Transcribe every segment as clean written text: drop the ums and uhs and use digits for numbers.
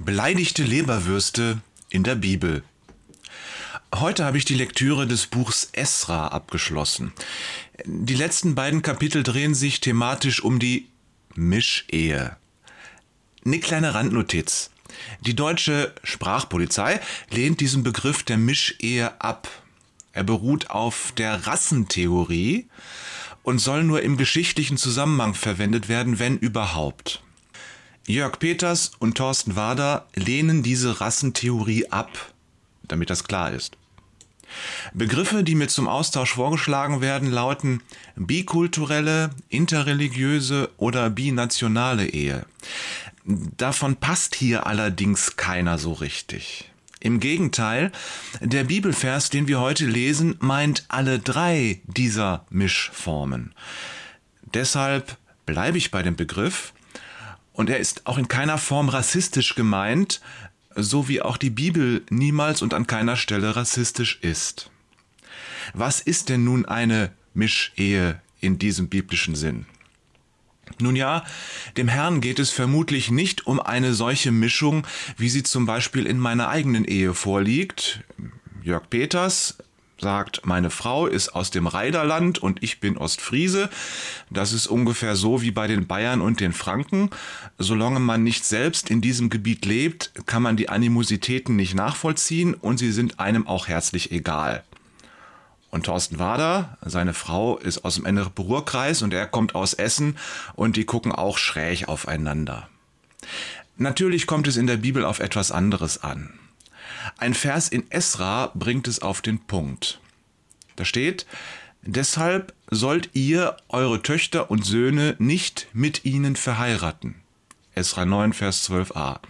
Beleidigte Leberwürste in der Bibel. Heute habe ich die Lektüre des Buchs Esra abgeschlossen. Die letzten beiden Kapitel drehen sich thematisch um die Mischehe. Eine kleine Randnotiz. Die deutsche Sprachpolizei lehnt diesen Begriff der Mischehe ab. Er beruht auf der Rassentheorie und soll nur im geschichtlichen Zusammenhang verwendet werden, wenn überhaupt. Jörg Peters und Thorsten Wader lehnen diese Rassentheorie ab, damit das klar ist. Begriffe, die mir zum Austausch vorgeschlagen werden, lauten bikulturelle, interreligiöse oder binationale Ehe. Davon passt hier allerdings keiner so richtig. Im Gegenteil, der Bibelvers, den wir heute lesen, meint alle drei dieser Mischformen. Deshalb bleibe ich bei dem Begriff und er ist auch in keiner Form rassistisch gemeint, so wie auch die Bibel niemals und an keiner Stelle rassistisch ist. Was ist denn nun eine Mischehe in diesem biblischen Sinn? Nun ja, dem Herrn geht es vermutlich nicht um eine solche Mischung, wie sie zum Beispiel in meiner eigenen Ehe vorliegt. Jörg Peters sagt, meine Frau ist aus dem Rheiderland und ich bin Ostfriese. Das ist ungefähr so wie bei den Bayern und den Franken. Solange man nicht selbst in diesem Gebiet lebt, kann man die Animositäten nicht nachvollziehen und sie sind einem auch herzlich egal. Und Thorsten Wader, seine Frau, ist aus dem Ennepe-Ruhr-Kreis und er kommt aus Essen und die gucken auch schräg aufeinander. Natürlich kommt es in der Bibel auf etwas anderes an. Ein Vers in Esra bringt es auf den Punkt. Da steht, deshalb sollt ihr eure Töchter und Söhne nicht mit ihnen verheiraten. Esra 9, Vers 12a.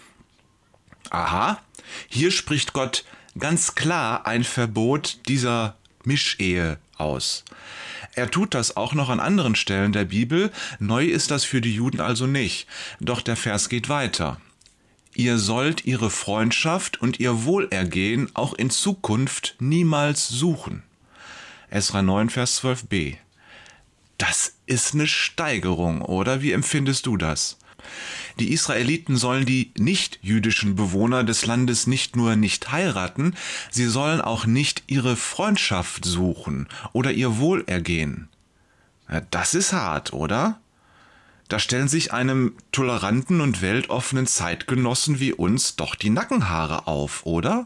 Aha, hier spricht Gott ganz klar ein Verbot dieser Mischehe aus. Er tut das auch noch an anderen Stellen der Bibel, neu ist das für die Juden also nicht. Doch der Vers geht weiter. Ihr sollt ihre Freundschaft und ihr Wohlergehen auch in Zukunft niemals suchen. Esra 9, Vers 12b. Das ist eine Steigerung, oder? Wie empfindest du das? Die Israeliten sollen die nicht-jüdischen Bewohner des Landes nicht nur nicht heiraten, sie sollen auch nicht ihre Freundschaft suchen oder ihr Wohlergehen. Das ist hart, oder? Da stellen sich einem toleranten und weltoffenen Zeitgenossen wie uns doch die Nackenhaare auf, oder?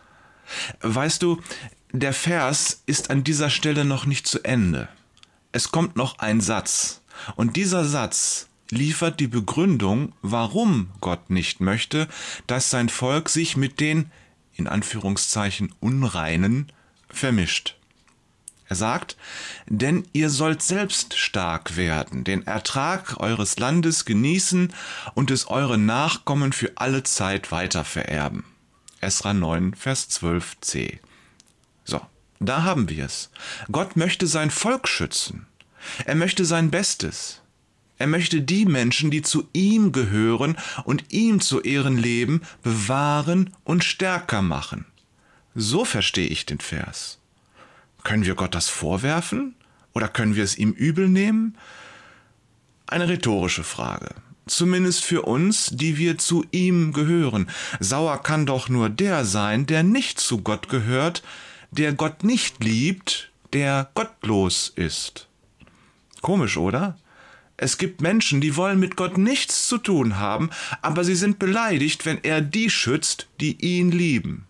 Weißt du, der Vers ist an dieser Stelle noch nicht zu Ende. Es kommt noch ein Satz. Und dieser Satz liefert die Begründung, warum Gott nicht möchte, dass sein Volk sich mit den, in Anführungszeichen, Unreinen vermischt. Er sagt, denn ihr sollt selbst stark werden, den Ertrag eures Landes genießen und es euren Nachkommen für alle Zeit weitervererben. Esra 9, Vers 12c. So, da haben wir es. Gott möchte sein Volk schützen. Er möchte sein Bestes. Er möchte die Menschen, die zu ihm gehören und ihm zu Ehren leben, bewahren und stärker machen. So verstehe ich den Vers. Können wir Gott das vorwerfen? Oder können wir es ihm übel nehmen? Eine rhetorische Frage. Zumindest für uns, die wir zu ihm gehören. Sauer kann doch nur der sein, der nicht zu Gott gehört, der Gott nicht liebt, der gottlos ist. Komisch, oder? Es gibt Menschen, die wollen mit Gott nichts zu tun haben, aber sie sind beleidigt, wenn er die schützt, die ihn lieben.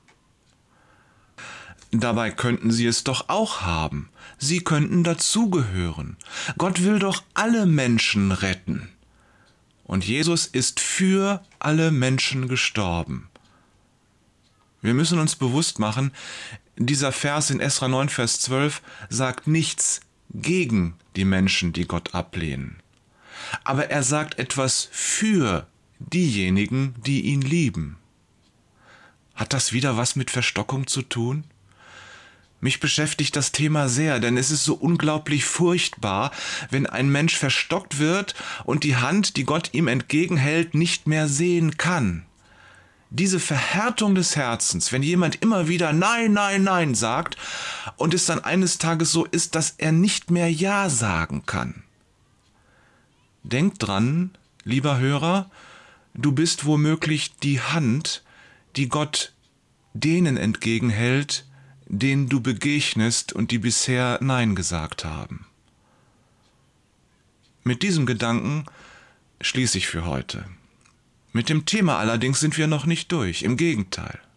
Dabei könnten sie es doch auch haben. Sie könnten dazugehören. Gott will doch alle Menschen retten. Und Jesus ist für alle Menschen gestorben. Wir müssen uns bewusst machen, dieser Vers in Esra 9, Vers 12 sagt nichts gegen die Menschen, die Gott ablehnen. Aber er sagt etwas für diejenigen, die ihn lieben. Hat das wieder was mit Verstockung zu tun? Mich beschäftigt das Thema sehr, denn es ist so unglaublich furchtbar, wenn ein Mensch verstockt wird und die Hand, die Gott ihm entgegenhält, nicht mehr sehen kann. Diese Verhärtung des Herzens, wenn jemand immer wieder Nein, Nein, Nein sagt und es dann eines Tages so ist, dass er nicht mehr Ja sagen kann. Denkt dran, lieber Hörer, Du bist womöglich die Hand, die Gott denen entgegenhält, denen du begegnest und die bisher Nein gesagt haben. Mit diesem Gedanken schließe ich für heute. Mit dem Thema allerdings sind wir noch nicht durch, im Gegenteil.